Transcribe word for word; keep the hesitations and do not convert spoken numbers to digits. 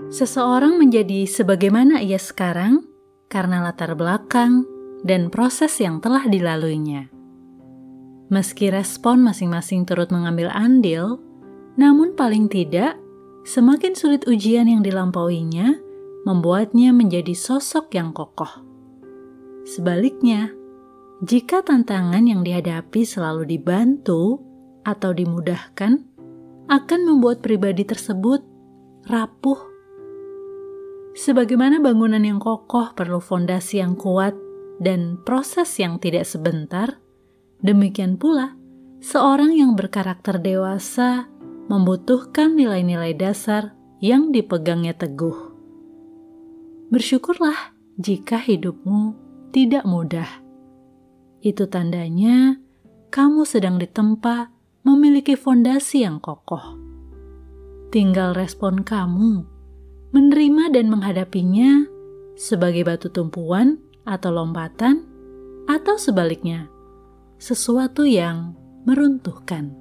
Seseorang menjadi sebagaimana ia sekarang karena latar belakang dan proses yang telah dilaluinya. Meski respon masing-masing turut mengambil andil, namun paling tidak, semakin sulit ujian yang dilampauinya, membuatnya menjadi sosok yang kokoh. Sebaliknya, jika tantangan yang dihadapi selalu dibantu atau dimudahkan, akan membuat pribadi tersebut rapuh. Sebagaimana bangunan yang kokoh perlu fondasi yang kuat dan proses yang tidak sebentar, demikian pula seorang yang berkarakter dewasa membutuhkan nilai-nilai dasar yang dipegangnya teguh. Bersyukurlah jika hidupmu tidak mudah. Itu tandanya kamu sedang ditempa memiliki fondasi yang kokoh. Tinggal respon kamu menerima dan menghadapinya sebagai batu tumpuan atau lompatan, atau sebaliknya, sesuatu yang meruntuhkan.